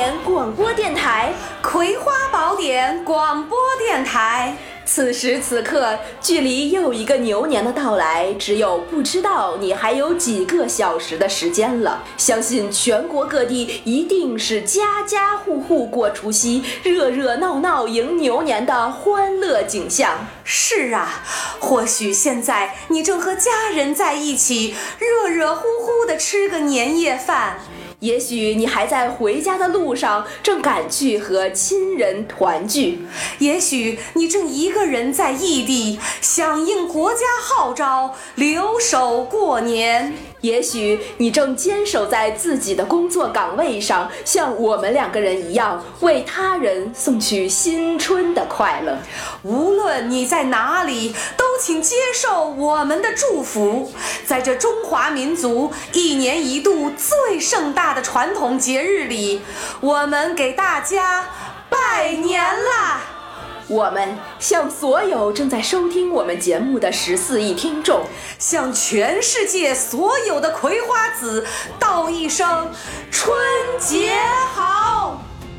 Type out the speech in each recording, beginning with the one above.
典广播电台， 葵花宝典广播电台。 此时此刻，距离又一个牛年的到来，只有不知道你还有几个小时的时间了。相信全国各地一定是家家户户过除夕，热热闹闹迎牛年的欢乐景象。 是啊，或许现在你正和家人在一起，热热乎乎的吃个年夜饭。 也许你还在回家的路上，正赶去和亲人团聚； 也许你正一个人在异地，响应国家号召，留守过年； 也许你正坚守在自己的工作岗位上，像我们两个人一样，为他人送去新春的快乐。 无论你在哪里，都请接受我们的祝福。在这中华民族一年一度最盛大的传统节日里，我们给大家拜年啦！ 我们向所有正在收听我们节目的14亿听众， 向全世界所有的葵花籽道一声春节好！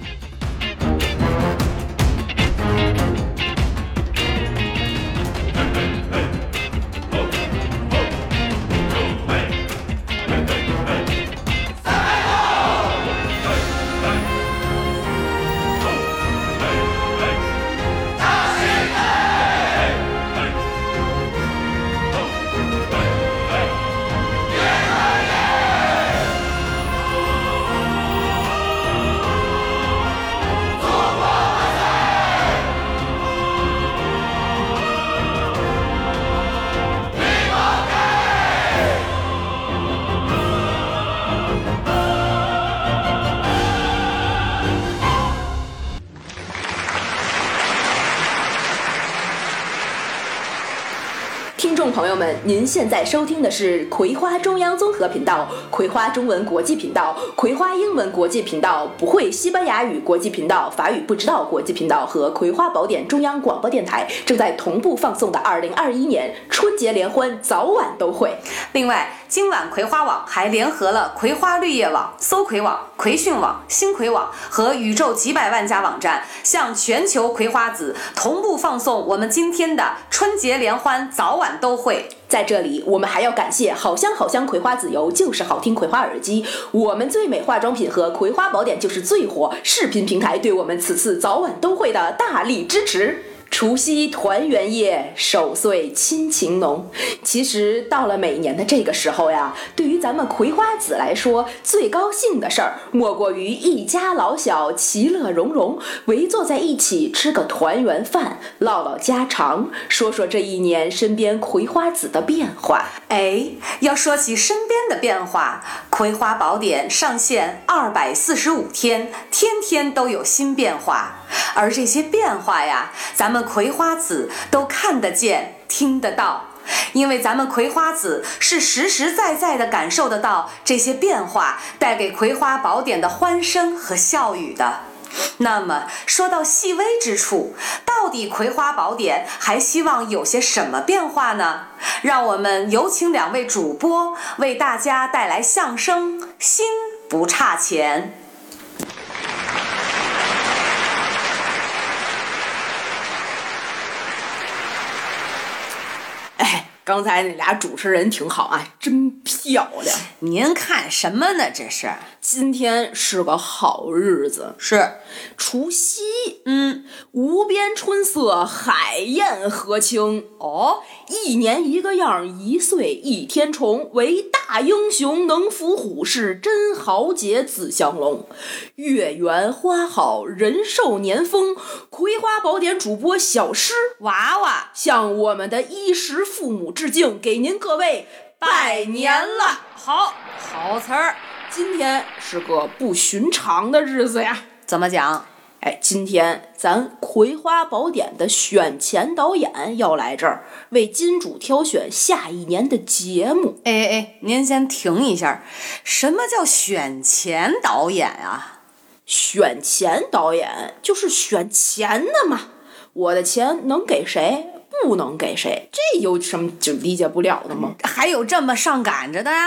听众朋友们，您现在收听的是葵花中央综合频道、葵花中文国际频道、葵花英文国际频道、不会西班牙语国际频道、法语不知道国际频道和葵花宝典中央广播电台正在同步放送的2021年春节联欢早晚都会。 另外，今晚葵花网还联合了葵花绿叶网、搜葵网、葵讯网、新葵网和宇宙几百万家网站，向全球葵花籽同步放送我们今天的春节联欢早晚都会。 在这里，我们还要感谢好香好香葵花籽油就是好听葵花耳机，我们最美化妆品和葵花宝典就是最火视频平台对我们此次早晚都会的大力支持。除夕团圆夜，守岁亲情浓。其实到了每年的这个时候呀，对于咱们葵花籽来说，最高兴的事儿莫过于一家老小其乐融融，围坐在一起吃个团圆饭，唠唠家常，说说这一年身边葵花籽的变化。 要说起身边的变化，葵花宝典上线245天，天天都有新变化。而这些变化呀，咱们葵花籽都看得见听得到，因为咱们葵花籽是实实在在地感受得到这些变化带给葵花宝典的欢声和笑语的。那么说到细微之处，到底葵花宝典还希望有些什么变化呢？让我们有请2位主播为大家带来相声《心不差钱》。 刚才那俩主持人挺好啊，真漂亮。 您看什么呢？这是今天是个好日子， 是除夕。无边春色，海晏河清。一年一个样，一岁一天虫。为大英雄能伏虎，是真豪杰自相龙。月圆花好，人寿年丰。葵花宝典主播小诗娃娃向我们的衣食父母致敬，给您各位拜年了。 好词儿。 今天是个不寻常的日子呀。 怎么讲？ 今天咱葵花宝典的选前导演要来这儿，为金主挑选下一年的节目。 您先停一下，什么叫选前导演啊？ 选前导演就是选钱的嘛，我的钱能给谁，不能给谁，这有什么就理解不了的吗？ 还有这么上赶着的呀？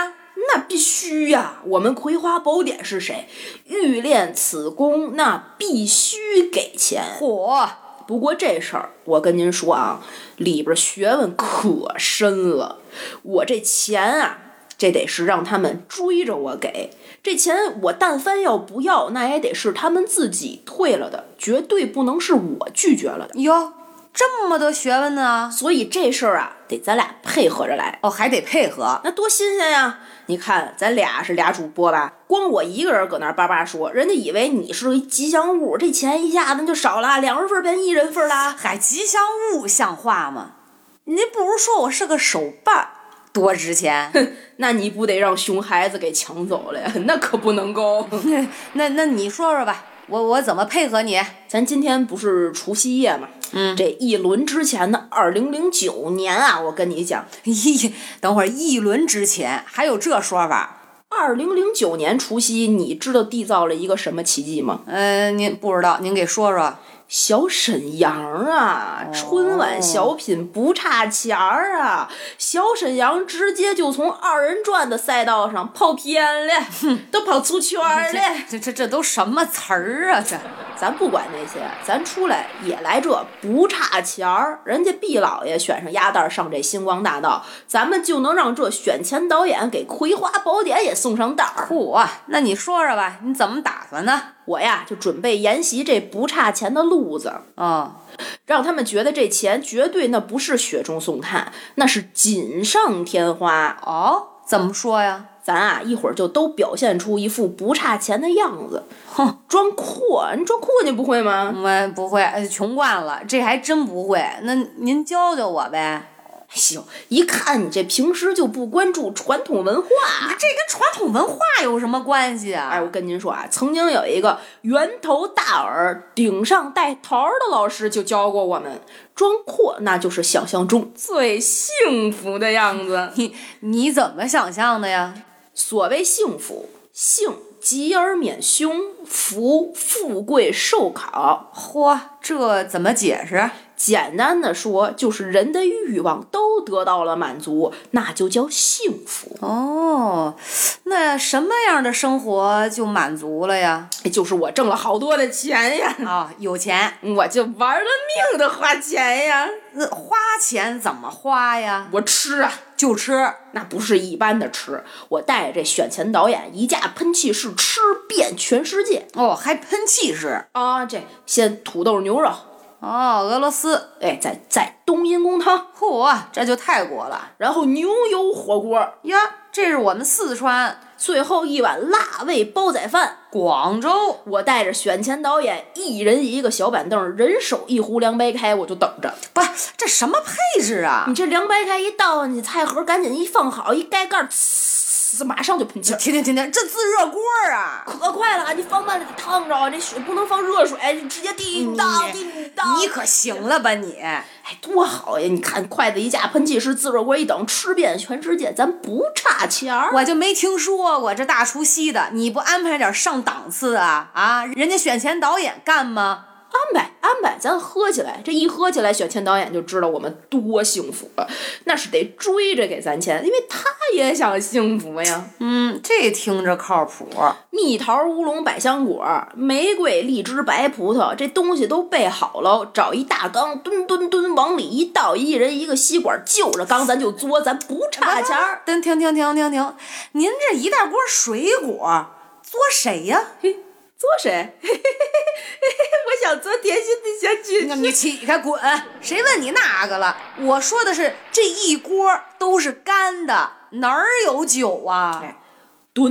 那必须呀！我们葵花宝典是谁？欲练此功，那必须给钱。 嚯！ 不过这事儿，我跟您说啊，里边学问可深了。我这钱啊，这得是让他们追着我给。这钱我但凡要不要，那也得是他们自己退了的，绝对不能是我拒绝了的。 哟，这么多学问呢？ 所以这事儿啊，得咱俩配合着来。 哦，还得配合， 那多新鲜呀！你看，咱俩是俩主播吧，光我一个人搁那叭叭说，人家以为你是一吉祥物，这钱一下子就少了，2人份变1人份了。 还吉祥物像话吗？你不如说我是个手办，多值钱！ 那你不得让熊孩子给抢走了呀？那可不能够。 那你说说吧，我怎么配合你？ 咱今天不是除夕夜嘛？这一轮之前的2009年啊，我跟你讲， 等会儿一轮之前还有这说法 ？2009年除夕，你知道缔造了一个什么奇迹吗？ 您不知道，您给说说。 小沈阳啊，春晚小品不差钱儿啊！小沈阳直接就从2人转的赛道上跑偏了，都跑出圈了。 这都什么词儿啊？ 咱不管那些，咱出来也来这不差钱儿。人家毕老爷选上鸭蛋上这星光大道，咱们就能让这选钱导演给葵花宝典也送上道儿。 嚯，那你说说吧，你怎么打算呢？ 我呀，就准备沿袭这不差钱的路子，让他们觉得这钱绝对那不是雪中送炭，那是锦上添花。 哦，怎么说呀？ 咱啊，一会儿就都表现出一副不差钱的样子。装阔，你装阔你不会吗？ 我不会，穷惯了，这还真不会。那您教教我呗。 哎呦，一看你这平时就不关注传统文化， 这跟传统文化有什么关系啊？ 哎，我跟您说啊，曾经有一个圆头大耳、顶上带头的老师就教过我们，装阔那就是想象中最幸福的样子。 你怎么想象的呀？ 所谓幸福，幸吉而免凶，福富贵寿考。 嚯，这怎么解释？ 简单的说，就是人的欲望都得到了满足，那就叫幸福。 哦，那什么样的生活就满足了呀？ 就是我挣了好多的钱呀！ 有钱， 我就玩了命的花钱呀。 那花钱怎么花呀？ 我吃啊， 就吃， 那不是一般的吃。我带着这选钱导演一架喷气式吃遍全世界。 还喷气式啊！这先土豆牛肉。 俄罗斯， 哎，再冬阴功汤， 嚯，这就泰国了。 然后牛油火锅呀，这是我们四川。 最后一碗辣味煲仔饭， 广州。 我带着选钱导演，一人一个小板凳，人手一壶凉白开，我就等着。 不，这什么配置啊？ 你这凉白开一倒进去，菜盒赶紧一放好，一盖盖，马上就喷气。 停，这自热锅啊， 可快了！你放慢了得烫着，这水不能放热水，你直接叮当叮当。 你可行了吧你？ 哎，多好呀！你看，筷子一架，喷气式自热锅一等，吃遍全世界，咱不差钱儿。 我就没听说过这大除夕的，你不安排点上档次啊？人家选钱导演干吗？ 安排，咱喝起来，这一喝起来，选钱导演就知道我们多幸福了，那是得追着给咱钱，因为他也想幸福呀。 这听着靠谱。 蜜桃、乌龙、百香果、玫瑰、荔枝、白葡萄，这东西都备好了，找一大缸，吨往里一倒，一人一个吸管，就着缸咱就嘬，咱不差钱儿。 停，您这一大锅水果，嘬谁呀？ 做谁？我想做甜心的小姐姐。 你起开滚！谁问你那个了？我说的是这一锅都是干的，哪儿有酒啊？ 吨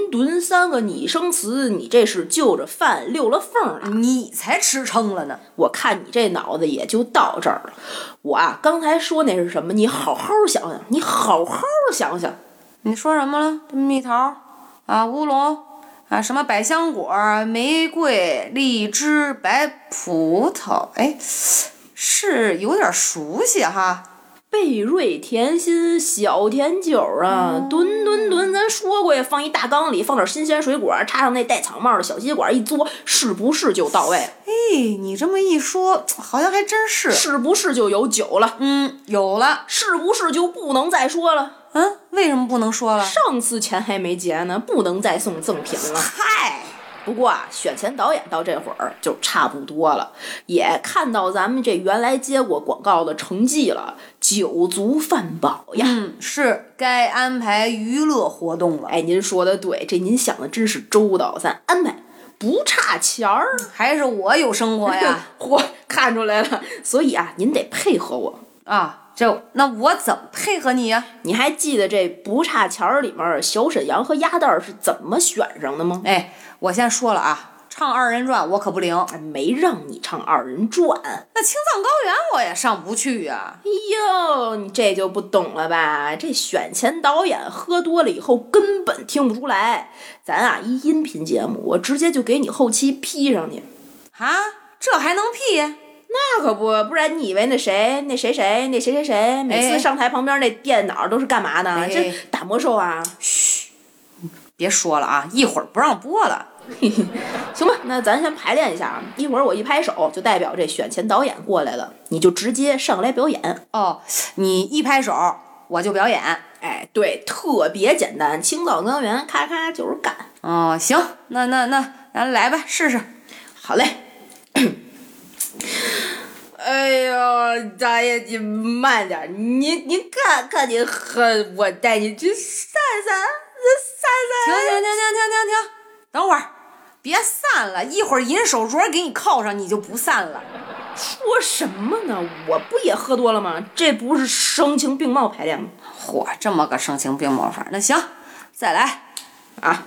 3个拟声词，你这是就着饭溜了缝了。 你才吃撑了呢。 我看你这脑子也就到这儿了。我啊，刚才说那是什么？你好好想想，你好好想想。 你说什么了？蜜桃啊，乌龙。什么百香果、玫瑰、荔枝、白葡萄，是有点熟悉哈。 贝瑞甜心小甜酒啊，吨，咱说过呀，放一大缸里，放点新鲜水果，插上那带草帽的小吸管一嘬，是不是就到位？ 哎，你这么一说，好像还真是。 是不是就有酒了？ 有了。 是不是就不能再说了？ 为什么不能说了？ 上次钱还没结呢，不能再送赠品了。 嗨。 不过啊，选前导演到这会儿就差不多了，也看到咱们这原来接过广告的成绩了，酒足饭饱呀。 是该安排娱乐活动了。 哎，您说的对，这您想的真是周到，咱安排不差钱儿， 还是我有生活呀。 嚯，看出来了，所以啊，您得配合我啊。那我怎么配合你呀？ 你还记得这不差钱儿里面小沈阳和鸭蛋是怎么选上的吗？ 哎，我先说了啊，唱二人转我可不灵， 没让你唱二人转， 那青藏高原我也上不去呀。 哎呦，你这就不懂了吧？这选前导演喝多了以后根本听不出来，咱啊一音频节目，我直接就给你后期 P 上去。 啊，这还能 P？ 那可不然你以为那谁每次上台旁边那电脑都是干嘛呢？这打魔兽啊？ 嘘，别说了啊，一会儿不让播了。 行吧，那咱先排练一下啊，一会儿我一拍手就代表这选前导演过来了，你就直接上来表演。 哦，你一拍手我就表演。 哎，对，特别简单，青藏高原咔咔就是干。 哦，行，那咱来吧，试试。 好嘞。哎呦，大爷，你慢点，你看你喝，我带你去散散。 停，等会儿，别散了，一会儿银手镯给你铐上，你就不散了。 说什么呢？我不也喝多了吗？这不是声情并茂排练吗？ 嚯，这么个声情并茂法，那行，再来啊。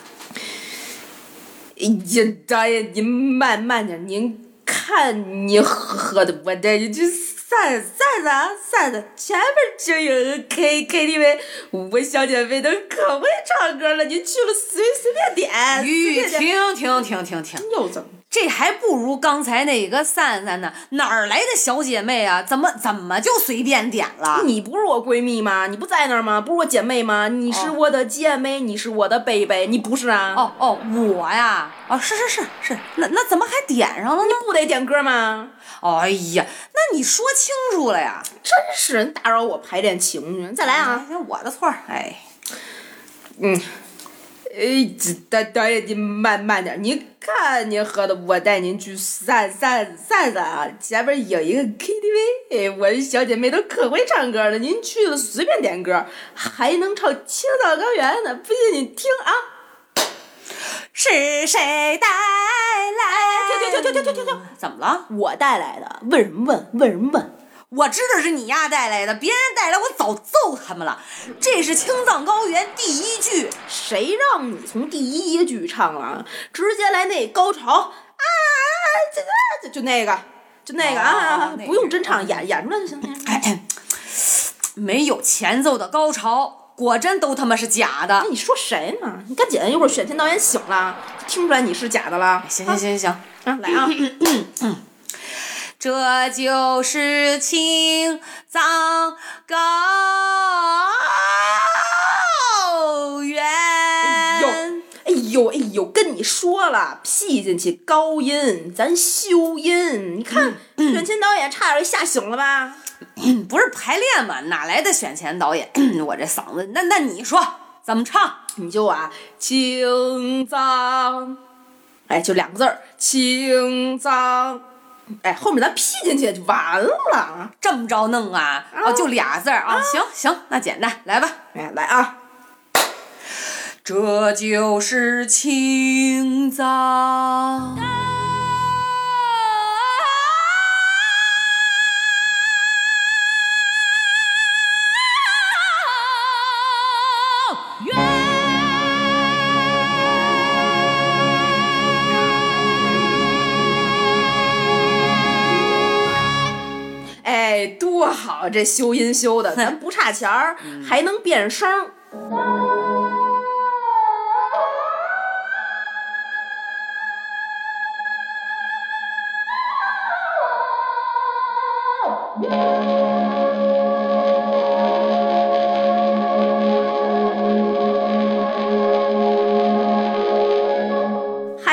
哎呀，大爷，您慢点，您看你喝的，我带你去散散，前面就有个 KTV， 我小姐妹都可会唱歌了，您去了随便点。 停， 又怎么？ 这还不如刚才那个散呢，哪儿来的小姐妹啊？怎么就随便点了？ 你不是我闺蜜吗？你不在那儿吗？不是我姐妹吗？你是我的姐妹，你是我的贝贝，你不是啊？ 我呀，是，那怎么还点上了呢？ 你不得点歌吗？ 哎呀，那你说清楚了呀！ 真是人打扰我排练情绪，再来啊！ 我的错，哎， 导演，你慢点，你看你喝的，我带您去散啊！前面有一个 KTV， 我小姐妹都可会唱歌了，您去了随便点歌，还能唱青藏高原呢，不信你听啊！ 是谁带来？ 停！ 怎么了？ 我带来的？问什么问？ 我知道是你丫带来的，别人带来我早揍他们了。这是青藏高原第一句， 谁让你从第一句唱了？直接来那高潮啊！就那个啊！不用真唱，演出来就行。 没有前奏的高潮，果真都他妈是假的。 你说谁呢？你赶紧，一会儿选前导演醒了，听出来你是假的了。 行， 来啊！ 这就是青藏高原。 哎呦，跟你说了，P 进去高音，咱修音。你看，选前导演差点吓醒了吧？ 不是排练嘛，哪来的选前导演？我这嗓子，那你说怎么唱？ 你就青藏，哎，就2个字儿，青藏。哎，后面咱 P 进去就完了。 这么着弄啊？就2字啊？行，那简单，来吧。 哎，来啊！ 这就是青藏原。 哎，多好，这修音修的，咱不差钱儿，还能变声。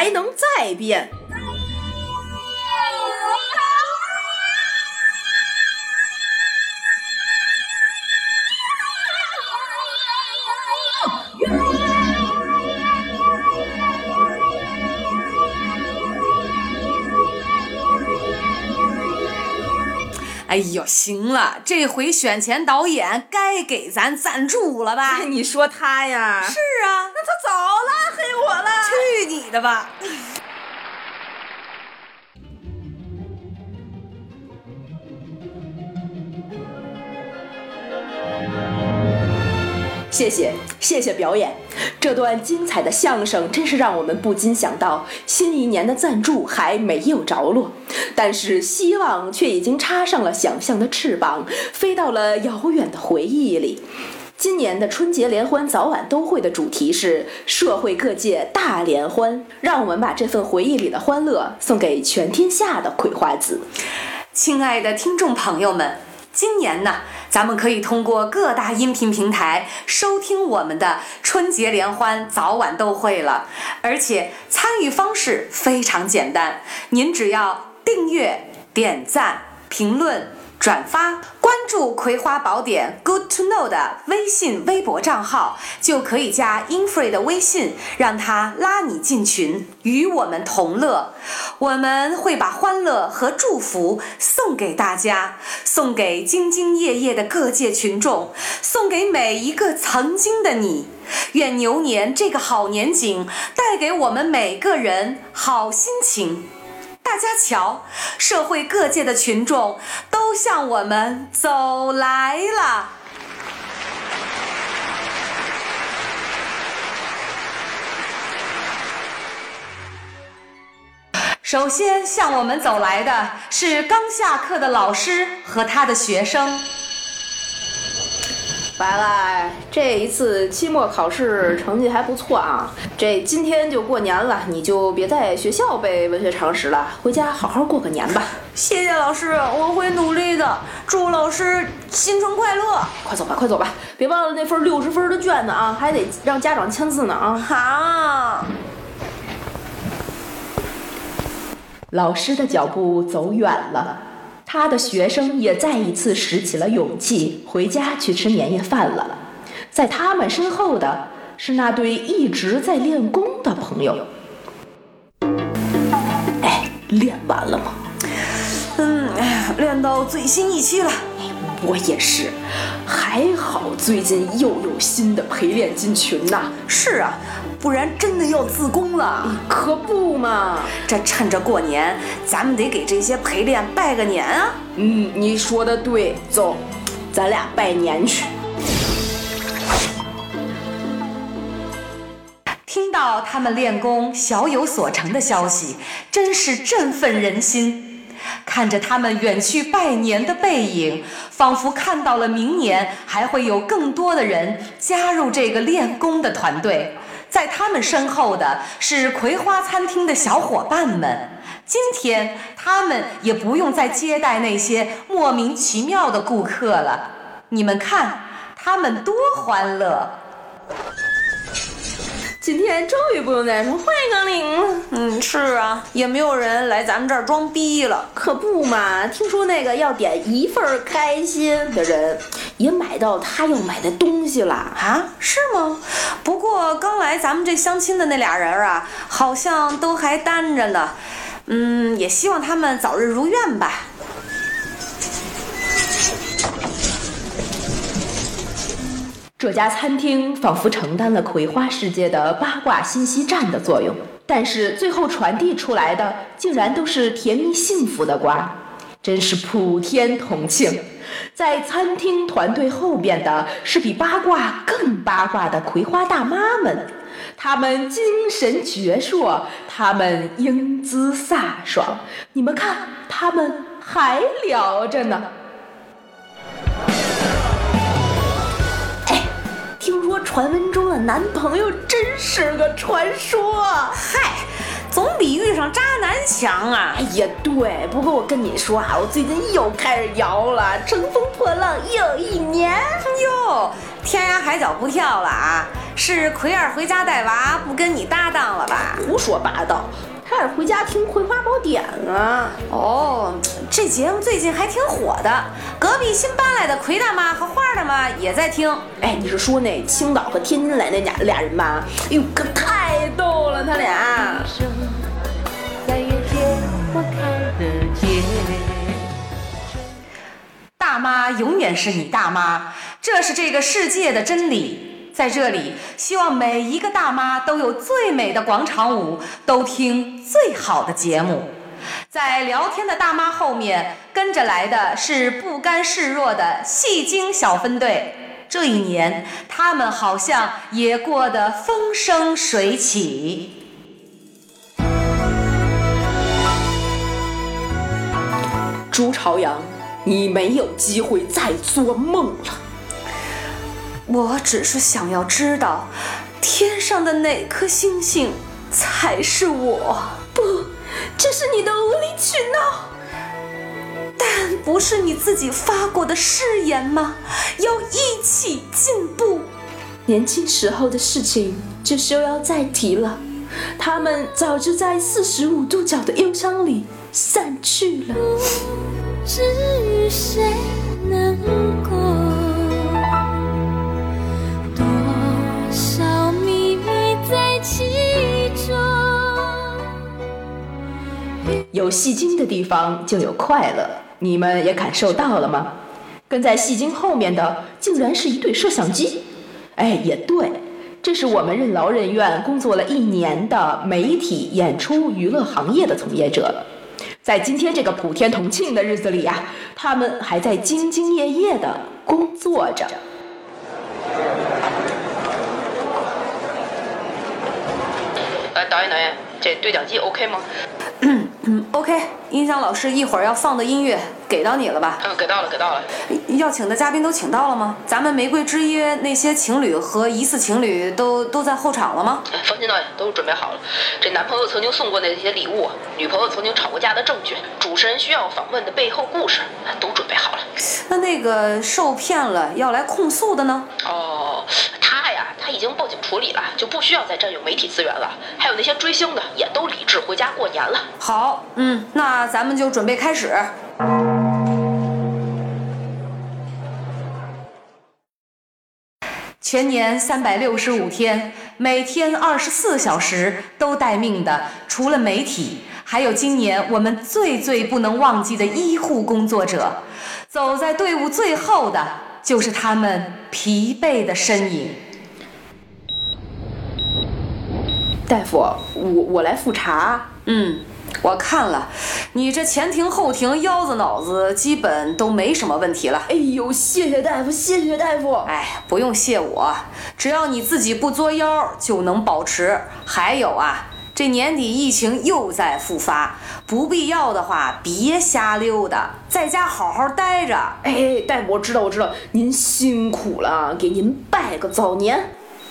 还能再变。 哎呦，行了，这回选前导演该给咱赞助了吧？ 你说他呀？ 是啊， 那他早拉黑我了。 去你的吧！ 谢谢表演，这段精彩的相声真是让我们不禁想到，新一年的赞助还没有着落，但是希望却已经插上了想象的翅膀，飞到了遥远的回忆里。今年的春节联欢早晚都会的主题是社会各界大联欢，让我们把这份回忆里的欢乐送给全天下的葵花籽。 亲爱的听众朋友们，今年呢，咱们可以通过各大音频平台收听我们的春节联欢早晚都会了，而且参与方式非常简单，您只要订阅、点赞、评论、转发、关注葵花宝典 Good to Know 的微信微博账号，就可以加 Infree 的微信，让他拉你进群，与我们同乐。我们会把欢乐和祝福送给大家，送给兢兢业业的各界群众，送给每一个曾经的你。愿牛年这个好年景带给我们每个人好心情。大家瞧，社会各界的群众都向我们走来了。首先向我们走来的是刚下课的老师和他的学生。 白了，这一次期末考试成绩还不错啊。这今天就过年了，你就别在学校背文学常识了，回家好好过个年吧。 谢谢老师，我会努力的。祝老师新春快乐！ 快走吧，快走吧，别忘了那份60分的卷子啊，还得让家长签字呢啊。 好。 老师的脚步走远了，他的学生也再一次拾起了勇气，回家去吃年夜饭了。在他们身后的是那对一直在练功的朋友。哎，练完了吗？ 练到最新一期了。 我也是，还好最近又有新的陪练进群呐。 是啊，不然真的要自宫了。 可不嘛， 这趁着过年，咱们得给这些陪练拜个年啊。 你说的对，走，咱俩拜年去。 听到他们练功小有所成的消息，真是振奋人心。看着他们远去拜年的背影，仿佛看到了明年还会有更多的人加入这个练功的团队。在他们身后的是葵花餐厅的小伙伴们，今天他们也不用再接待那些莫名其妙的顾客了。你们看，他们多欢乐！ 今天终于不用再说欢迎光临了。 是啊，也没有人来咱们这儿装逼了。 可不嘛，听说那个要点一份开心的人，也买到他要买的东西了啊？是吗？不过刚来咱们这相亲的那俩人啊，好像都还单着呢。也希望他们早日如愿吧。 这家餐厅仿佛承担了葵花世界的八卦信息站的作用，但是最后传递出来的竟然都是甜蜜幸福的瓜，真是普天同庆。在餐厅团队后边的是比八卦更八卦的葵花大妈们，她们精神矍铄，她们英姿飒爽，你们看，她们还聊着呢。听说传闻中的男朋友真是个传说， 嗨，总比遇上渣男强啊！ 哎呀，对，不过我跟你说啊，我最近又开始摇了，乘风破浪又一年哟，天涯海角不跳了啊！ 是奎尔回家带娃，不跟你搭档了吧？ 胡说八道，他是回家听《葵花宝典》啊。 哦，这节目最近还挺火的，隔壁新搬来的奎大妈和花大妈也在听。 哎，你是说那青岛和天津来那俩人吗？哎呦，可太逗了，他俩。 在眼前我看得见。 大妈永远是你大妈，这是这个世界的真理。在这里，希望每一个大妈都有最美的广场舞，都听最好的节目。在聊天的大妈后面跟着来的是不甘示弱的戏精小分队。这一年，他们好像也过得风生水起。 朱朝阳，你没有机会再做梦了。 我只是想要知道，天上的哪颗星星才是我？ 不，这是你的无理取闹。 但不是你自己发过的誓言吗？要一起进步。 年轻时候的事情就休要再提了，他们早就在45度角的忧伤里散去了。 知谁能够多少秘密在其中。 有戏精的地方就有快乐，你们也感受到了吗？跟在戏精后面的竟然是一对摄像机。哎，也对，这是我们任劳任怨工作了1年的媒体、演出、娱乐行业的从业者。在今天这个普天同庆的日子里呀，他们还在兢兢业业地工作着。 导演，这对讲机 OK 吗 ？OK， 音响老师一会儿要放的音乐给到你了吧？ 给到了。 要请的嘉宾都请到了吗？咱们玫瑰之夜那些情侣和疑似情侣都在后场了吗？ 放心，导演，都准备好了。这男朋友曾经送过的那些礼物，女朋友曾经吵过架的证据，主持人需要访问的背后故事，都准备好了。 那个受骗了要来控诉的呢？ 哦，他已经报警处理了，就不需要再占用媒体资源了。还有那些追星的也都理智回家过年了。 好，那咱们就准备开始。全年365天，每天24小时都待命的，除了媒体，还有今年我们最不能忘记的医护工作者。走在队伍最后的，就是他们疲惫的身影。 大夫，我来复查。 我看了，你这前庭后庭腰子脑子基本都没什么问题了。 哎呦，谢谢大夫，谢谢大夫。 哎，不用谢我，只要你自己不作妖就能保持。还有啊，这年底疫情又在复发，不必要的话别瞎溜达，在家好好待着。 哎，大夫，我知道，您辛苦了，给您拜个早年。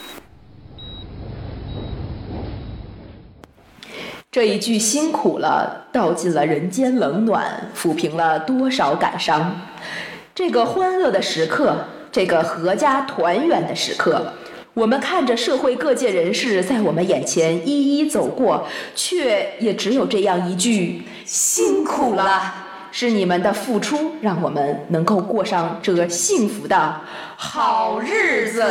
这一句辛苦了，道尽了人间冷暖，抚平了多少感伤。这个欢乐的时刻，这个阖家团圆的时刻，我们看着社会各界人士在我们眼前一一走过，却也只有这样一句辛苦了。是你们的付出，让我们能够过上这个幸福的好日子。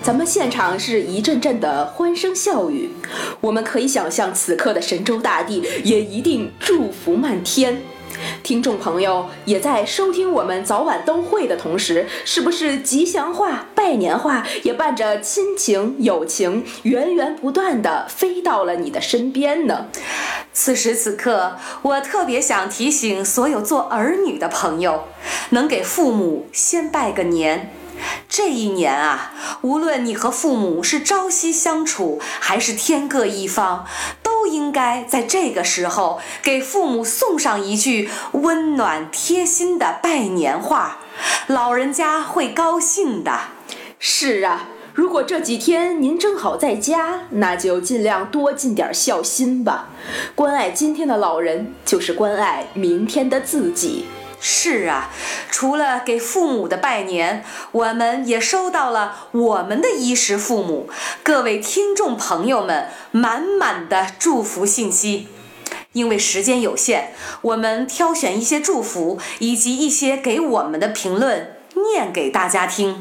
咱们现场是一阵阵的欢声笑语，我们可以想象此刻的神州大地也一定祝福漫天。听众朋友也在收听我们早晚都会的同时，是不是吉祥话、拜年话也伴着亲情、友情源源不断地飞到了你的身边呢？ 此时此刻，我特别想提醒所有做儿女的朋友，能给父母先拜个年。这一年啊，无论你和父母是朝夕相处，还是天各一方，都应该在这个时候给父母送上一句温暖贴心的拜年话，老人家会高兴的。 是啊，如果这几天您正好在家，那就尽量多尽点孝心吧。关爱今天的老人，就是关爱明天的自己。 是啊，除了给父母的拜年，我们也收到了我们的衣食父母各位听众朋友们满满的祝福信息。因为时间有限，我们挑选一些祝福以及一些给我们的评论念给大家听。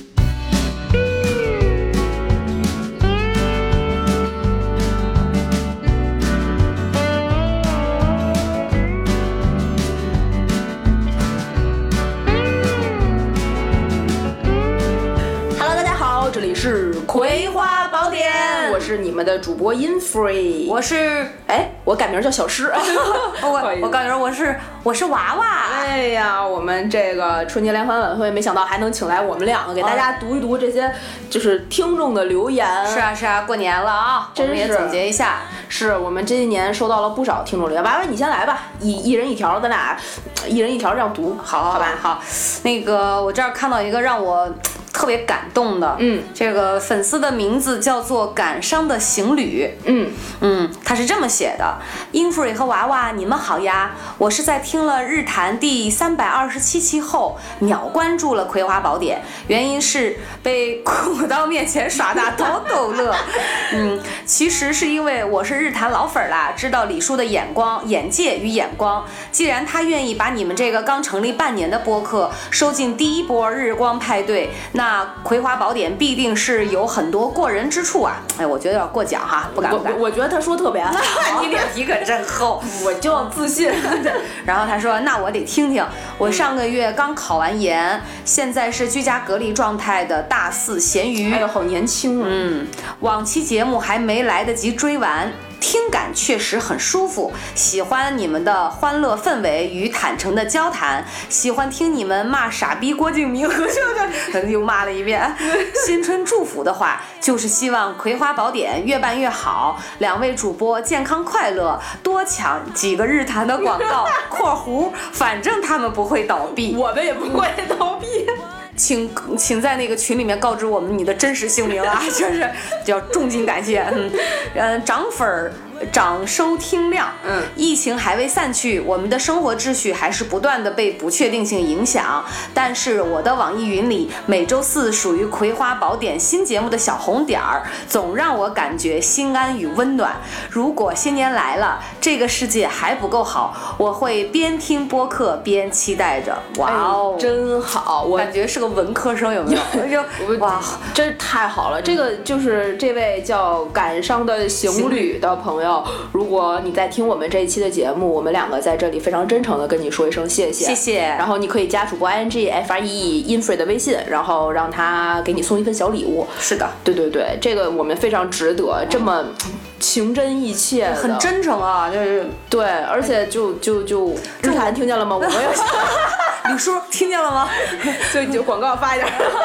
这里是葵花宝典，我是你们的主播 Infree， 我是我改名叫小诗， 我改名我是娃娃。 哎呀，我们这个春节联欢晚会，没想到还能请来我们两个，给大家读一读这些就是听众的留言。 是啊，过年了啊， 真是我们也总结一下。 是我们这一年收到了不少听众留言，娃娃你先来吧，一人一条，咱俩一人一条这样读，好吧？好， 那个我这儿看到一个让我特别感动的，这个粉丝的名字叫做感伤的行旅，他是这么写的：英弗瑞和娃娃，你们好呀！我是在听了日坛第327期后，秒关注了《葵花宝典》，原因是被鼓到面前耍大刀逗乐。其实是因为我是日坛老粉啦，知道李叔的眼界与眼光。既然他愿意把你们这个刚成立半年的播客收进第一波日光派对，那《葵花宝典》必定是有很多过人之处啊！我觉得有点过奖哈，不敢。 我觉得他说特别好， 你脸皮可真厚， 我就要自信。 然后他说：“那我得听听，我上个月刚考完研，现在是居家隔离状态的大4咸鱼。” 哎呦，好年轻啊！ 往期节目还没来得及追完。听感确实很舒服，喜欢你们的欢乐氛围与坦诚的交谈，喜欢听你们骂傻逼郭敬明和又骂了一遍。新春祝福的话，就是希望《葵花宝典》越办越好，两位主播健康快乐，多抢几个日坛的广告（括弧反正他们不会倒闭， 我们也不会倒闭）。 请在那个群里面告知我们你的真实姓名啊，就是要重金感谢。涨粉涨收听量。疫情还未散去，我们的生活秩序还是不断的被不确定性影响。但是我的网易云里每周4属于《葵花宝典》新节目的小红点儿，总让我感觉心安与温暖。如果新年来了，这个世界还不够好，我会边听播客边期待着。哇哦， 真好，我感觉是个文科生，有没有？哇， 真太好了！这个就是这位叫感伤的行旅的朋友，如果你在听我们这一期的节目，我们两个在这里非常真诚的跟你说一声谢谢， 谢谢。 然后你可以加主播 INGFREE Infree 的微信，然后让他给你送一份小礼物。 是的， 对，这个我们非常值得，这么情真意切的， 很真诚啊，就是对，而且就日坛听见了吗？我们也李叔听见了吗？ 就广告发一点。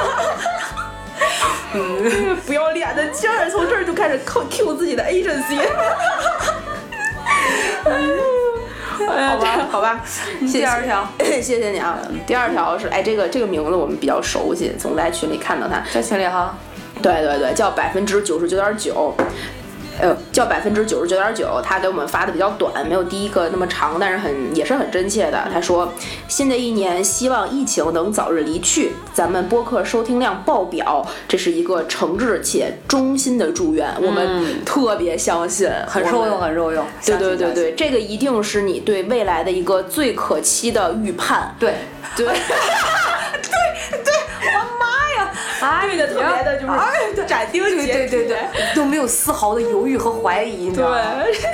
不要脸的劲儿，从这儿就开始Q 自己的 agency。好吧， 第二条， 谢谢你啊。第二条是，这个名字我们比较熟悉，总在群里看到他， 在群里哈。 对，叫99.9%。叫99.9%，他给我们发的比较短，没有第一个那么长，但是也是很真切的。他说，新的一年希望疫情能早日离去，咱们播客收听量爆表，这是一个诚挚且衷心的祝愿，我们特别相信， 很受用，很受用。 对，这个一定是你对未来的一个最可期的预判。对。我妈呀！ 对的特别的就是斩钉截铁， 对，都没有丝毫的犹豫和怀疑，你知道吗？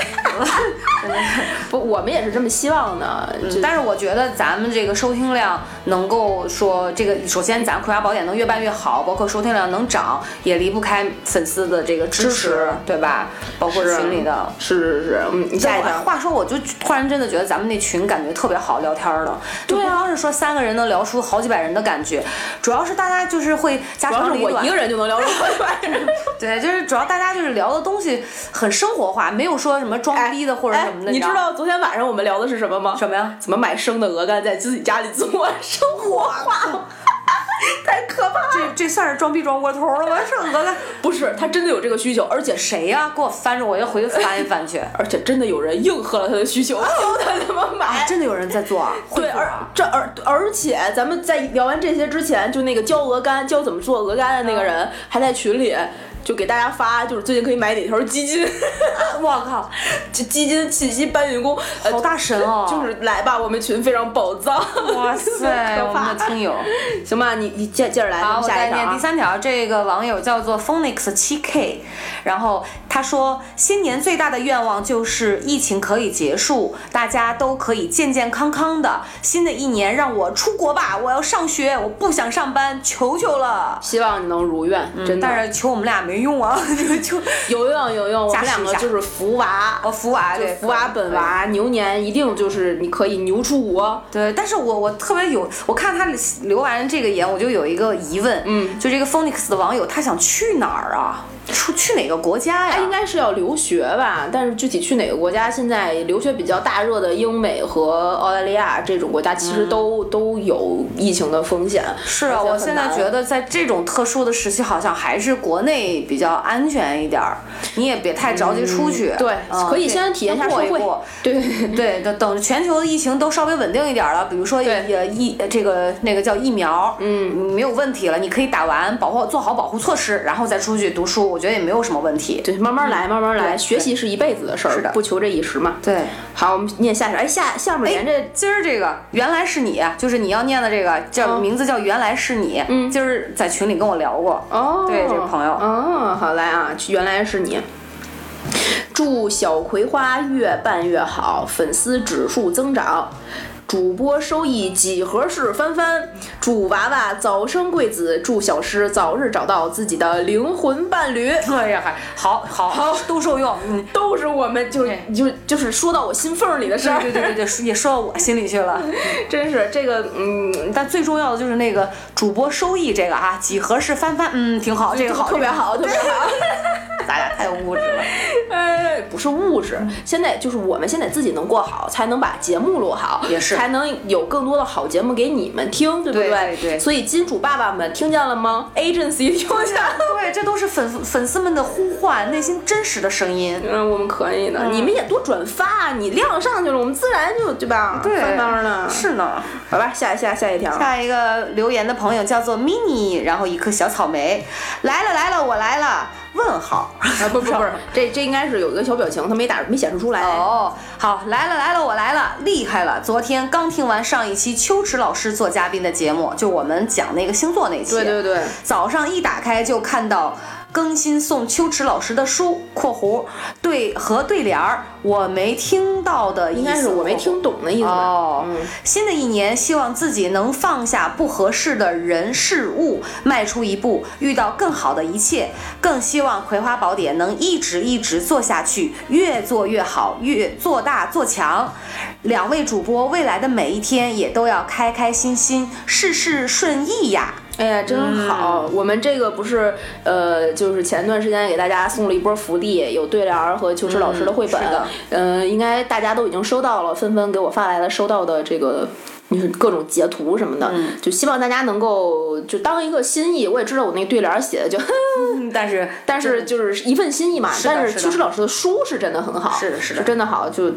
不，我们也是这么希望的。 但是我觉得咱们这个收听量能够说这个，首先咱葵花宝典能越办越好，包括收听量能涨，也离不开粉丝的这个支持，对吧？包括群里的， 是，你下一条。 话说，我就突然真的觉得咱们那群感觉特别好聊天了，就不光是说3个人能聊出好几百人的感觉，主要是大家就是会家长里短， 我一个人就能聊出好几百人。 对，就是主要大家就是聊的东西很生活化，没有说什么装逼的或者什么的。 你知道昨天晚上我们聊的是什么吗？ 什么呀？ 怎么买生的鹅肝在自己家里做，生活化。太可怕了！ 这算是装逼装过头了吗？是鹅肝？ 不是，他真的有这个需求，而且谁呀？给我翻着，我要回去翻一翻去。 而且真的有人应和了他的需求，教他怎么买。 真的有人在做啊？ 对，而且咱们在聊完这些之前，就那个教鹅肝、教怎么做鹅肝的那个人，还在群里。就给大家发，就是最近可以买哪条基金？ 我靠， 这基金信息搬运工， 好大神哦！ 就是来吧，我们群非常宝藏。 哇塞，我们的听友， 行吧，你接着来。 好，我再念第 3条。这个网友叫做 Phonix7K， 然后他说，新年最大的愿望就是疫情可以结束，大家都可以健健康康的。新的一年让我出国吧，我要上学，我不想上班，求求了。 希望你能如愿，真的。 但是求我们俩没用啊，就有用，我们2个就是福娃， 福娃，对， 福娃本娃，牛年一定就是你可以牛出国。 对，但是我特别我看他留完这个言，我就有一个疑问，就这个 Phonix 的网友，他想去哪儿啊？去哪个国家呀？ 他应该是要留学吧，但是具体去哪个国家，现在留学比较大热的英美和澳大利亚这种国家，其实都有疫情的风险。 是啊，我现在觉得在这种特殊的时期，好像还是国内比较安全一点儿，你也别太着急出去。 对，可以先体验一下社会。对， 等全球的疫情都稍微稳定一点了，比如说那个叫疫苗，没有问题了，你可以打完，做好保护措施，然后再出去读书。我觉得也没有什么问题， 对，慢慢来，学习是一辈子的事儿，不求这一时嘛。 对， 好，我们念下边，下面连着今儿这个原来是你，就是你要念的这个名字叫原来是你，今儿在群里跟我聊过。哦，对，这个朋友。 哦，好来啊，原来是你。祝小葵花越办越好，粉丝指数增长。主播收益几何式翻番，祝娃娃早生贵子，祝小诗早日找到自己的灵魂伴侣。 哎呀，好，都受用， 都是我们就是说到我心缝里的事儿。 对，也说到我心里去了， 真是这个但最重要的就是那个主播收益这个啊，几何式翻番，挺好，这个好， 特别好，特别好。 咱俩太物质了。 不是物质，现在就是我们现在自己能过好，才能把节目录好， 也是， 才能有更多的好节目给你们听，对不对？ 对。 所以金主爸爸们听见了吗 ？Agency 听见了？ 对，这都是粉丝们的呼唤，内心真实的声音。 我们可以的，你们也多转发，你亮上去了，我们自然就对吧？ 对， 翻番了。 是呢。 好吧，下一条。 下一个留言的朋友叫做 mini， 然后一颗小草莓，来了，我来了。问号不是，这应该是有一个小表情，他没显示出来。 哦，好，来了，我来了，厉害了！昨天刚听完上一期秋池老师做嘉宾的节目，就我们讲那个星座那期。 对， 早上一打开就看到更新送秋池老师的书（括弧对联儿），我没听到的意思， 应该是我没听懂的意思吧。 哦，新的一年希望自己能放下不合适的人事物，迈出一步，遇到更好的一切。更希望葵花宝典能一直做下去，越做越好，越做大做强。2位主播未来的每一天也都要开开心心，事事顺意呀。 哎呀，真好！我们这个不是就是前段时间给大家送了一波福利，有对联和秋池老师的绘本，应该大家都已经收到了，纷纷给我发来了收到的这个各种截图什么的，就希望大家能够就当一个心意。我也知道我那对联写的就，但是就是一份心意嘛。但是秋池老师的书是真的很好， 是真的好，就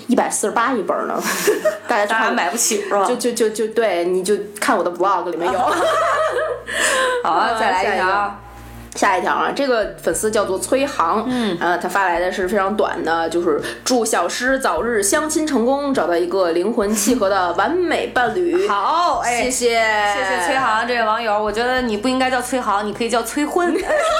148一本呢，大家还买不起是吧？ 就对，你就看我的 vlog 里面有。 好啊，再来一条。 下一条啊，这个粉丝叫做崔航，他发来的是非常短的，就是祝小诗早日相亲成功，找到一个灵魂契合的完美伴侣。 好， 谢谢崔航这位网友，我觉得你不应该叫崔航，你可以叫崔婚。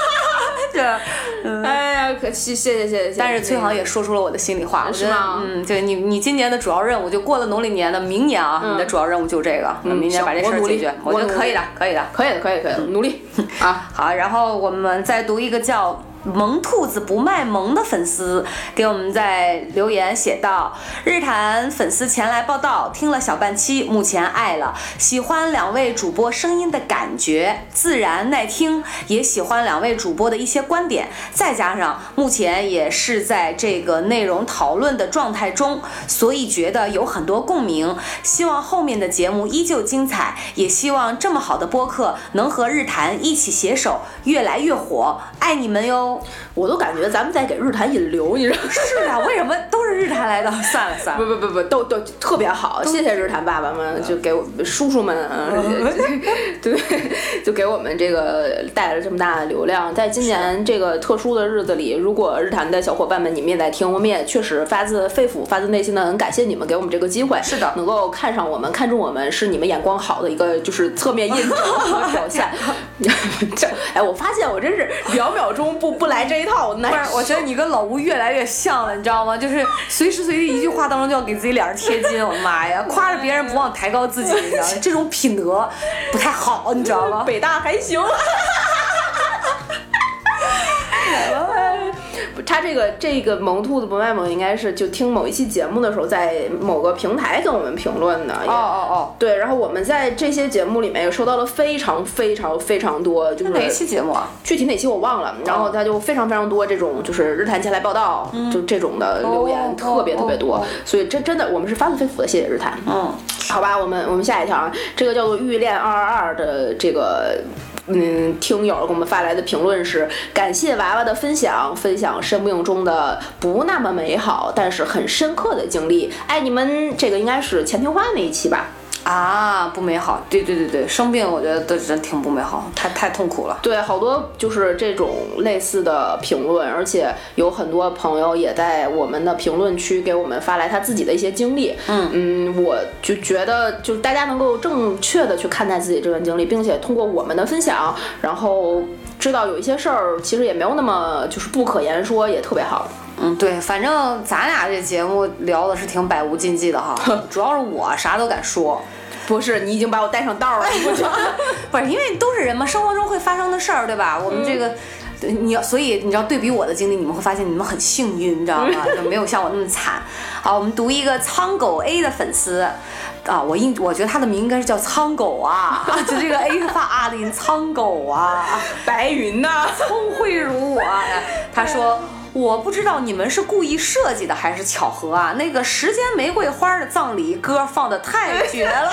哎呀，可惜，谢谢。 但是崔航也说出了我的心里话， 是吗？ 对你今年的主要任务就过了农历年的，明年啊，你的主要任务就这个，明年把这事儿解决，我觉得可以的， 努力啊！ 好，然后我们再读一个叫萌兔子不卖萌的粉丝给我们在留言写道：日坛粉丝前来报道，听了小半期，目前爱了，喜欢两位主播声音的感觉，自然耐听，也喜欢两位主播的一些观点，再加上目前也是在这个内容讨论的状态中，所以觉得有很多共鸣，希望后面的节目依旧精彩，也希望这么好的播客能和日坛一起携手，越来越火，爱你们哟。 我都感觉咱们在给日坛引流，你知道吗？ 是啊，为什么都是日坛来的？算了， 不，都特别好，谢谢日坛爸爸们，就给我叔叔们，对，就给我们这个带来了这么大的流量。在今年这个特殊的日子里，如果日坛的小伙伴们你们也在听，我们也确实发自肺腑、发自内心的很感谢你们给我们这个机会， 是的， 能够看上我们、看中我们，是你们眼光好的一个就是侧面印证和表现。哎，我发现我真是2秒钟不来这一套， 不是，我觉得你跟老吴越来越像了，你知道吗？就是随时随地一句话当中就要给自己脸上贴金，我的妈呀，夸着别人不忘抬高自己，你知道吗？这种品德不太好，你知道吗？ 北大还行。他这个萌兔子不卖萌，应该是就听某一期节目的时候，在某个平台跟我们评论的。对，然后我们在这些节目里面也收到了非常多，就是哪一期节目啊？ 具体哪期我忘了。然后他就非常多这种就是日坛前来报道，就这种的留言特别多，所以这真的我们是发自肺腑的谢谢日坛。好吧，我们下一条啊，这个叫做欲恋222的这个。听友给我们发来的评论是：感谢娃娃的分享生命中的不那么美好，但是很深刻的经历，爱你们。这个应该是钱听话那一期吧？ 啊，不美好，对，生病我觉得都真挺不美好，太痛苦了。 对，好多就是这种类似的评论，而且有很多朋友也在我们的评论区给我们发来他自己的一些经历。我就觉得就是大家能够正确的去看待自己这段经历，并且通过我们的分享，然后知道有一些事儿其实也没有那么就是不可言说，也特别好。 对，反正咱俩这节目聊的是挺百无禁忌的哈，主要是我啥都敢说。 不是，你已经把我带上道了， 不是，因为都是人嘛，生活中会发生的事儿，对吧？我们这个，所以你知道，对比我的经历，你们会发现你们很幸运，你知道吗？就没有像我那么惨。好，我们读一个苍狗 A 的粉丝啊，我觉得他的名应该是叫苍狗啊，就这个 A 发啊的音，苍狗啊， 白云呐， 聪慧如我。他说。我不知道你们是故意设计的还是巧合啊！那个时间玫瑰花的葬礼歌放的太绝了，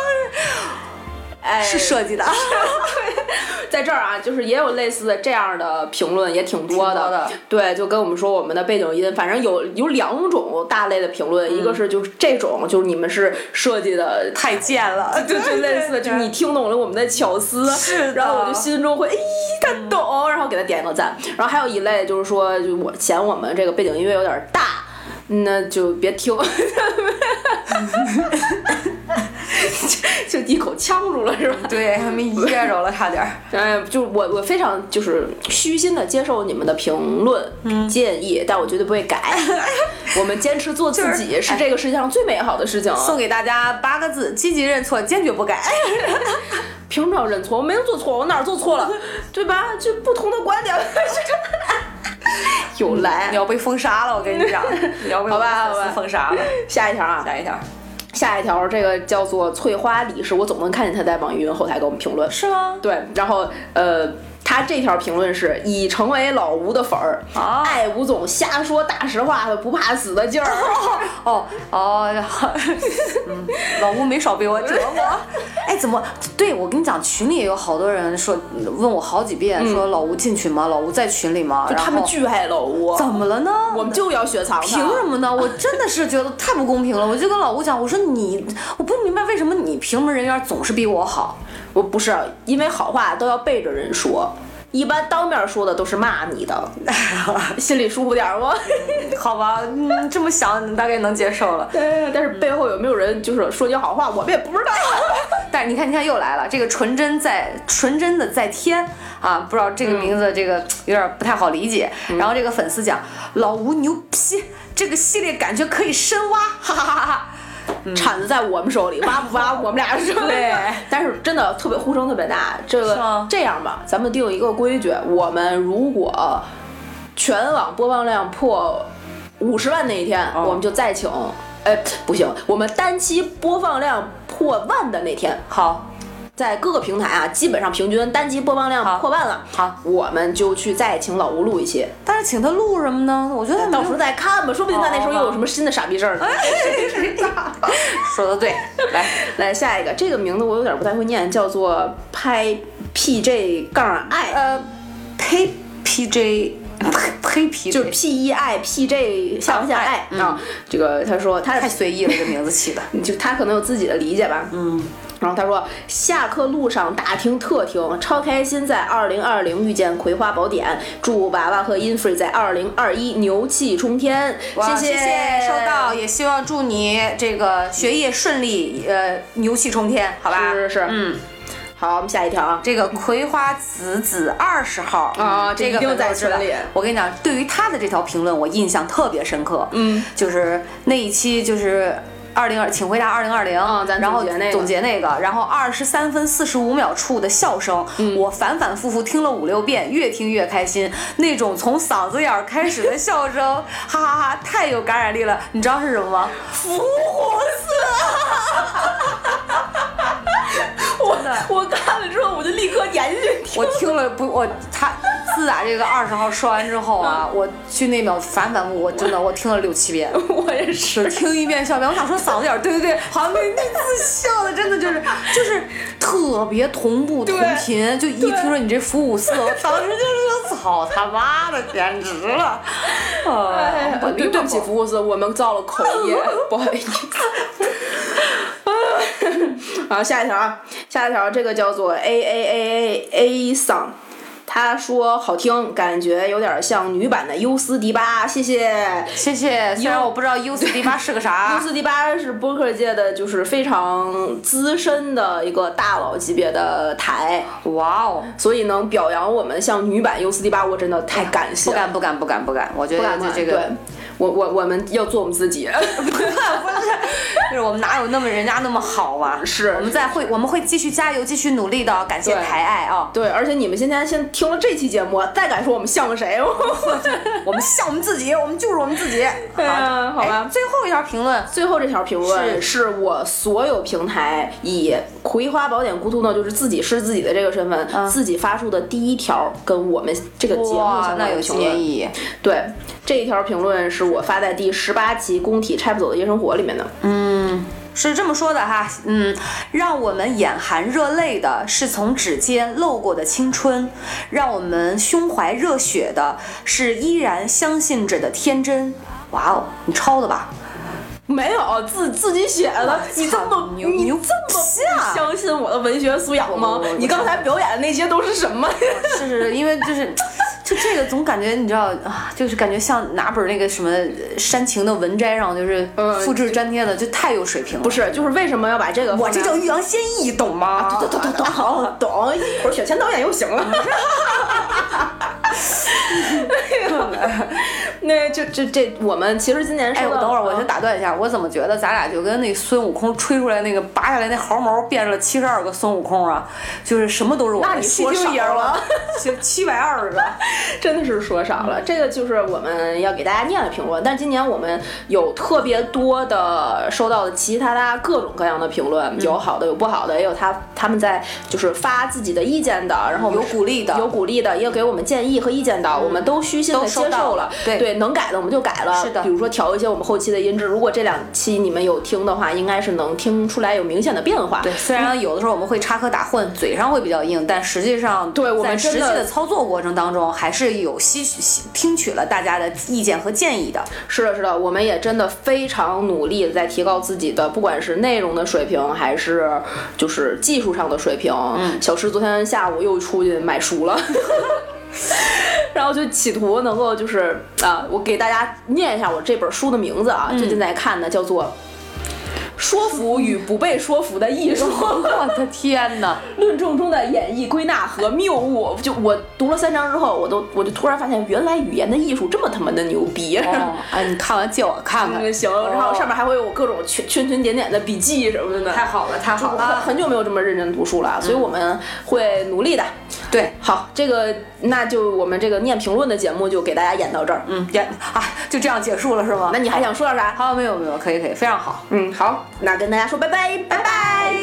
是设计的。 在这儿啊，就是也有类似的这样的评论，也挺多的。对，就跟我们说我们的背景音，反正有2种大类的评论，一个是就是这种，就是你们是设计的太贱了， 就类似，就是你听懂了我们的巧思， 是， 然后我就心中会他懂，然后给他点个赞。然后还有一类就是说，就我嫌我们这个背景音乐有点大，那就别听。就一口呛住了是吧？ 对，还没噎着了，差点。 就我非常就是虚心的接受你们的评论、建议，但我绝对不会改。我们坚持做自己，是这个世界上最美好的事情。 送给大家8个字：积极认错，坚决不改。 凭什么要认错？我没有做错，我哪儿做错了？对吧？就不同的观点。有来， 你要被封杀了，我跟你讲，你要被好吧封杀了。 下一条，这个叫做翠花李是我总能看见他在网易云后台给我们评论， 是吗？ 对，然后他这条评论是已成为老吴的粉儿，爱吴总瞎说大实话的不怕死的劲儿。 老吴没少被我折磨。哎，怎么？对，我跟你讲，群里也有好多人说问我好几遍，说老吴进群吗？老吴在群里吗？ 就他们巨爱老吴。 怎么了呢？ 我们就要雪藏他。 凭什么呢？我真的是觉得太不公平了。我就跟老吴讲，我说我不明白为什么你评论人缘总是比我好。 我不是因为好话都要背着人说。 一般当面说的都是骂你的，心里舒服点吗？ 好吧，这么想大概能接受了。 对，但是背后有没有人就是说你好话，我们也不知道。 但是你看又来了，这个纯真的在天啊，不知道这个名字这个有点不太好理解。然后这个粉丝讲老吴牛批，这个系列感觉可以深挖，哈哈哈哈。 铲子在我们手里，挖不挖我们俩手里。 对， 但是真的特别呼声特别大。这样吧，咱们定一个规矩，我们如果全网播放量破50万那一天，我们就再请。不行，我们单期播放量破万的那天， 好。 在各个平台啊，基本上平均单期播放量破万了。 好， 我们就去再请老吴录一期。 但是请他录什么呢？我觉得到时候再看吧，说不定他那时候又有什么新的傻逼事儿。 说的对， 来下一个，这个名字我有点不太会念，叫做拍 PJ 杠 I， 呸 PJ。呸皮就是 PEI下划线 I 啊，这个他说他太随意了，这名字起的， 就他可能有自己的理解吧，然后他说下课路上大听特听，超开心，在2020遇见葵花宝典，祝娃娃和 Infree 在2021牛气冲天，谢谢，收到，也希望祝你这个学业顺利，牛气冲天，好吧？ 是，好，我们下一条啊， 这个葵花子20号啊， 这个一定在群里。 我跟你讲，对于他的这条评论，我印象特别深刻。就是那一期就是请回答2020， 咱然后总结那个，然后23分45秒处的笑声，我反反复复听了5、6遍，越听越开心，那种从嗓子眼开始的笑声，哈哈哈，太有感染力了。你知道是什么吗？ 伏虎我看了之后，我就立刻点进去听。 我听了他自打这个20号说完之后啊，我去那秒反反复复，我听了6、7遍。 我也是， 听一遍笑一遍。我想说嗓子眼，对，好像那次笑的真的就是特别同步同频，就一听说你这伏虎4，我当时就是操他妈的，简直了！ 对不起，伏虎4，我们造了口业，不好意思。好，下一条，这个叫做 A song， 他说好听，感觉有点像女版的优思迪巴，谢谢。 虽然我不知道优思迪巴是个啥。 优思迪巴是播客界的就是非常资深的一个大佬级别的台， 哇哦！ 所以能表扬我们像女版优思迪巴，我真的太感谢了。 不敢，我觉得这个。 对，我们要做我们自己， 不是，就是我们哪有人家那么好啊？ 是， 我们会继续加油，继续努力的，感谢台爱啊！ 对，而且你们今天先听了这期节目，再敢说我们像谁？ 我们像我们自己，我们就是我们自己。 好吧。 最后一条评论， 最后这条评论是我所有平台以葵花宝典咕嘟呢，就是自己是自己的这个身份，自己发出的第一条跟我们这个节目相关的评论。 那有纪念意义。 对，这一条评论是我发在第18期工体拆不走的夜生活里面的。 是这么说的哈，让我们眼含热泪的是从指尖漏过的青春，让我们胸怀热血的是依然相信着的天真。哇哦，你抄的吧？ 没有，自己写的。你这么不相信我的文学素养吗？你刚才表演的那些都是什么？ 是因为就这个总感觉你知道啊，就是感觉像哪本那个什么煽情的文摘上就是复制粘贴的，就太有水平了。 不是，就是为什么要把这个？ 我这叫欲扬先抑，懂吗？ 懂，好懂，一会儿选前导演又行了。那这我们其实今年我等会儿我先打断一下，我怎么觉得咱俩就跟那孙悟空吹出来那个拔下来那毫毛变了72个孙悟空啊，就是什么都是我们。 那你说少了 ，720个， 真的是说少了。这个就是我们要给大家念的评论，但今年我们有特别多的收到的其他各种各样的评论，有好的有不好的，也有他们在就是发自己的意见的，然后有鼓励的， 也有给我们建议和意见的， 我们都虚心的接受了。对，能改的我们就改了。 是的， 比如说调一些我们后期的音质，如果这2期你们有听的话，应该是能听出来有明显的变化。 对，虽然有的时候我们会插科打诨，嘴上会比较硬，但实际上对我们在实际的操作过程当中，还是有听取了大家的意见和建议的。 是的，是的，我们也真的非常努力的在提高自己的，不管是内容的水平，还是就是技术上的水平。小石昨天下午又出去买书了。然后就企图能够就是我给大家念一下我这本书的名字啊，最近在看的叫做说服与不被说服的艺术。 我的天哪！ 论证中的演绎、归纳和谬误。就我读了3章之后，我就突然发现，原来语言的艺术这么他妈的牛逼。 你看完借我看看。 行，然后上面还会有各种圈点的笔记什么的。 太好了，太好了！ 很久没有这么认真读书了，所以我们会努力的。 对， 好，这个那就我们这个念评论的节目就给大家演到这儿。 就这样结束了是吗？ 那你还想说点啥？ 好，没有，可以，非常好。 好，那跟大家说拜拜，拜拜。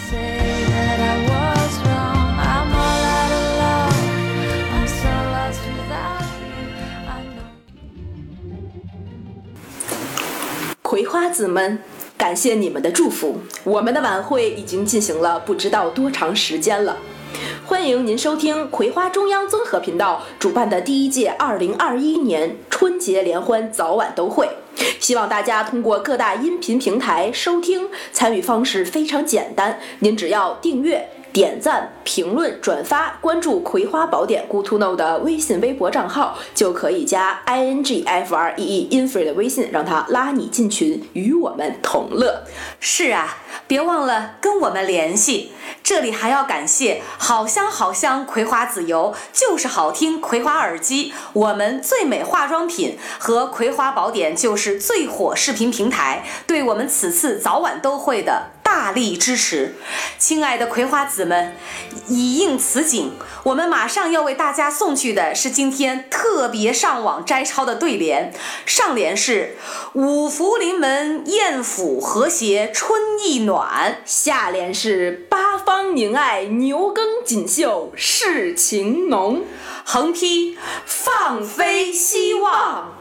葵花籽们，感谢你们的祝福，我们的晚会已经进行了不知道多长时间了。欢迎您收听葵花中央综合频道主办的第1届2021年春节联欢早晚都会，希望大家通过各大音频平台收听，参与方式非常简单，您只要订阅、点赞、评论、转发、关注葵花宝典 Good to Know 的微信微博账号，就可以加 INGFREE Infree 的微信，让他拉你进群，与我们同乐。 是啊，别忘了跟我们联系。这里还要感谢好香好香葵花籽油，就是好听葵花耳机，我们最美化妆品和葵花宝典就是最火视频平台，对我们此次早晚都会的大力支持。亲爱的葵花籽们，以应此景，我们马上要为大家送去的是今天特别上网摘抄的对联。上联是五福临门宴府和谐春意暖， 下联是八方宁爱牛耕锦绣事情浓， 横批放飞希望。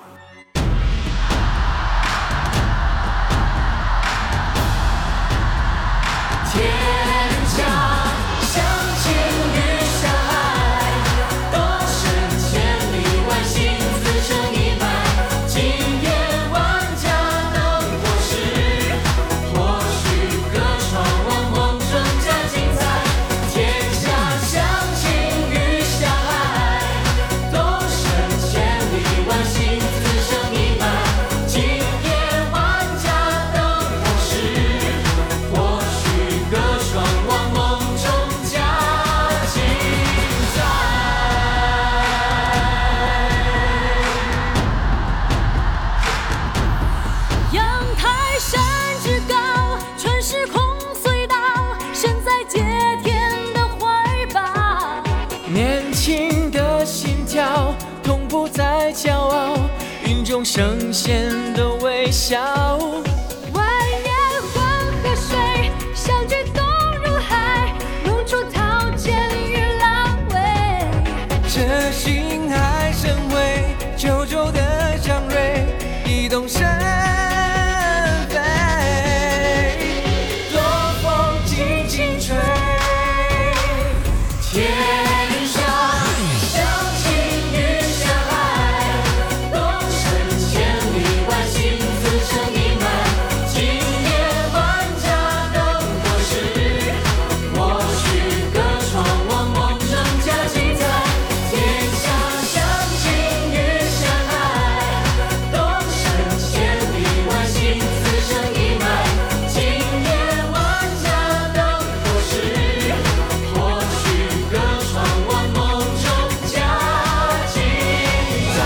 圣贤的微笑， 万年黄河水，相聚东入海，弄出桃涧与狼尾。 这心海深回，九州的祥瑞，一动身飞，多风轻轻吹，天上相亲与相爱，东升千里万幸自成一脉，今夜万家灯火时，或许歌窗望梦中加精彩，天下相亲与相爱，东升千里万幸自成一脉，今夜万家灯火时，或许歌窗望梦中加精彩。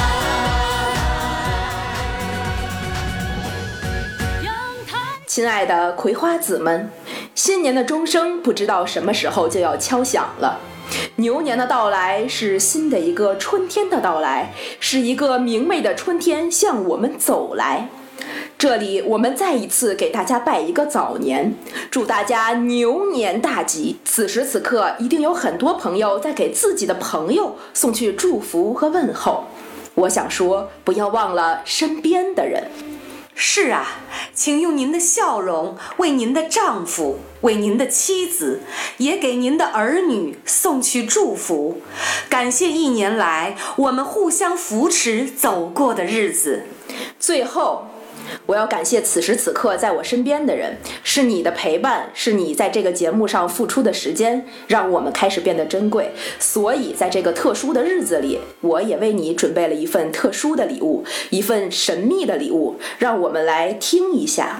亲爱的葵花籽们，新年的钟声不知道什么时候就要敲响了。牛年的到来是新的一个春天的到来，是一个明媚的春天向我们走来。 这里我们再一次给大家拜一个早年，祝大家牛年大吉。此时此刻，一定有很多朋友在给自己的朋友送去祝福和问候。我想说，不要忘了身边的人。 是啊，请用您的笑容为您的丈夫，为您的妻子，也给您的儿女送去祝福。感谢1年来我们互相扶持走过的日子。 最后，我要感谢此时此刻在我身边的人，是你的陪伴，是你在这个节目上付出的时间，让我们开始变得珍贵。所以在这个特殊的日子里，我也为你准备了一份特殊的礼物，一份神秘的礼物，让我们来听一下。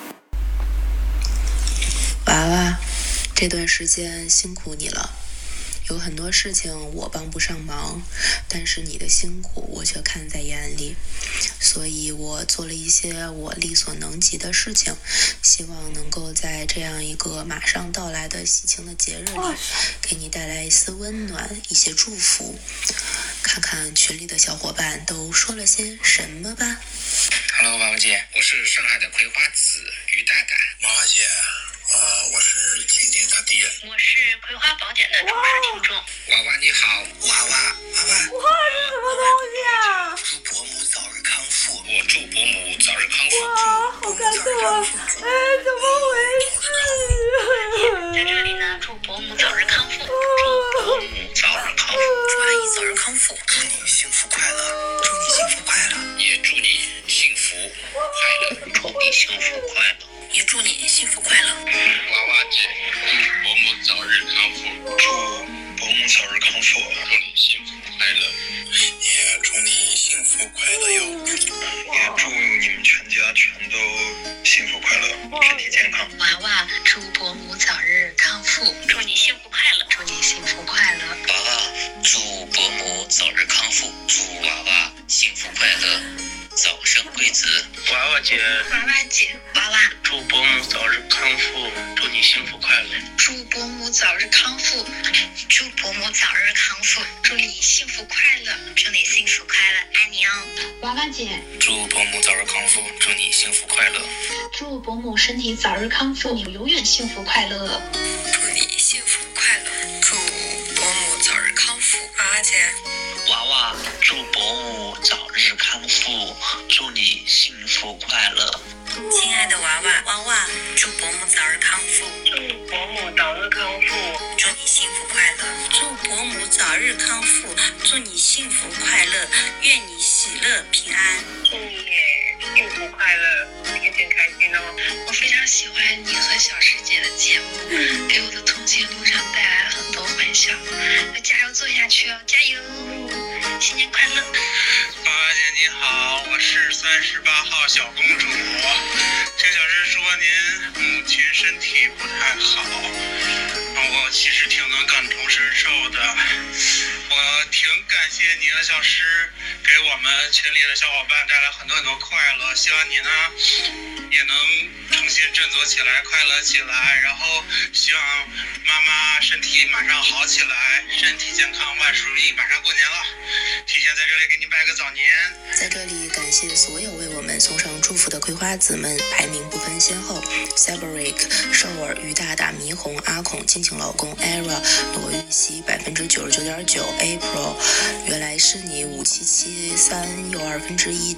娃娃，这段时间辛苦你了。有很多事情我帮不上忙，但是你的辛苦我却看在眼里，所以我做了一些我力所能及的事情，希望能够在这样一个马上到来的喜庆的节日里，给你带来一丝温暖，一些祝福。看看群里的小伙伴都说了些什么吧。 Hello， 娃娃姐，我是上海的葵花籽于大大。 娃娃姐，我是晶晶他爹。 我是葵花宝典的忠实听众。 娃娃你好。 娃娃， 哇，这什么东西啊？ 祝伯母早日康复。 我祝伯母早日康复。 哇，好感动啊！哎，怎么回事？ 在这里呢，祝伯母早日康复，祝伯母早日康复， 祝阿姨早日康复， 祝你幸福快乐，祝你幸福快乐， 也祝你幸福快乐，祝你幸福快乐， 也祝你幸福快乐。 娃娃姐，祝伯母早日康复， 祝伯母早日康复， 祝你幸福快乐， 也祝你幸福快乐哟，也祝你们全家全都幸福快乐，身体健康。 娃娃，祝伯母早日康复，祝你幸福快乐，祝你幸福快乐。 娃娃，祝伯母早日康复，祝娃娃幸福快乐，早生贵子。娃娃姐， 娃娃姐，娃娃， 祝伯母早日康复，祝你幸福快乐。 祝伯母早日康复，祝伯母早日康复，祝你幸福快乐，祝你幸福快乐，爱你哦。娃娃姐， 祝伯母早日康复，祝你幸福快乐。 祝伯母身体早日康复，你永远幸福快乐。 祝你幸福快乐，祝伯母早日康复。娃娃姐， 娃娃，祝伯母早日康复，祝你幸福快乐。 亲爱的娃娃，娃娃，祝伯母早日康复， 祝伯母早日康复， 祝你幸福快乐。祝伯母早日康复，祝你幸福快乐，愿你喜乐平安。 祝你幸福快乐，天天开心哦。 我非常喜欢你和小师姐的节目，给我的通勤路上带来了很多欢笑。要加油做下去哦，加油！新年快乐！ 娃娃姐你好，我是38号小公主。这小师说您母亲身体不太好，我其实挺能感同身受的。我挺感谢你和小师给我们群里的小伙伴带来很多快乐，希望你呢也能重新振作起来，快乐起来，然后希望妈妈身体马上好起来，身体健康，万事如意。马上过年了，提前在这里给你拜个早年。 在这里感谢所有为我们送上祝福的葵花籽们，排名不分先后 Cyberic、少儿、于大大、霓虹、阿孔、敬请老公 Era、罗玉溪、99.9%、April、原来是你、5773又1/2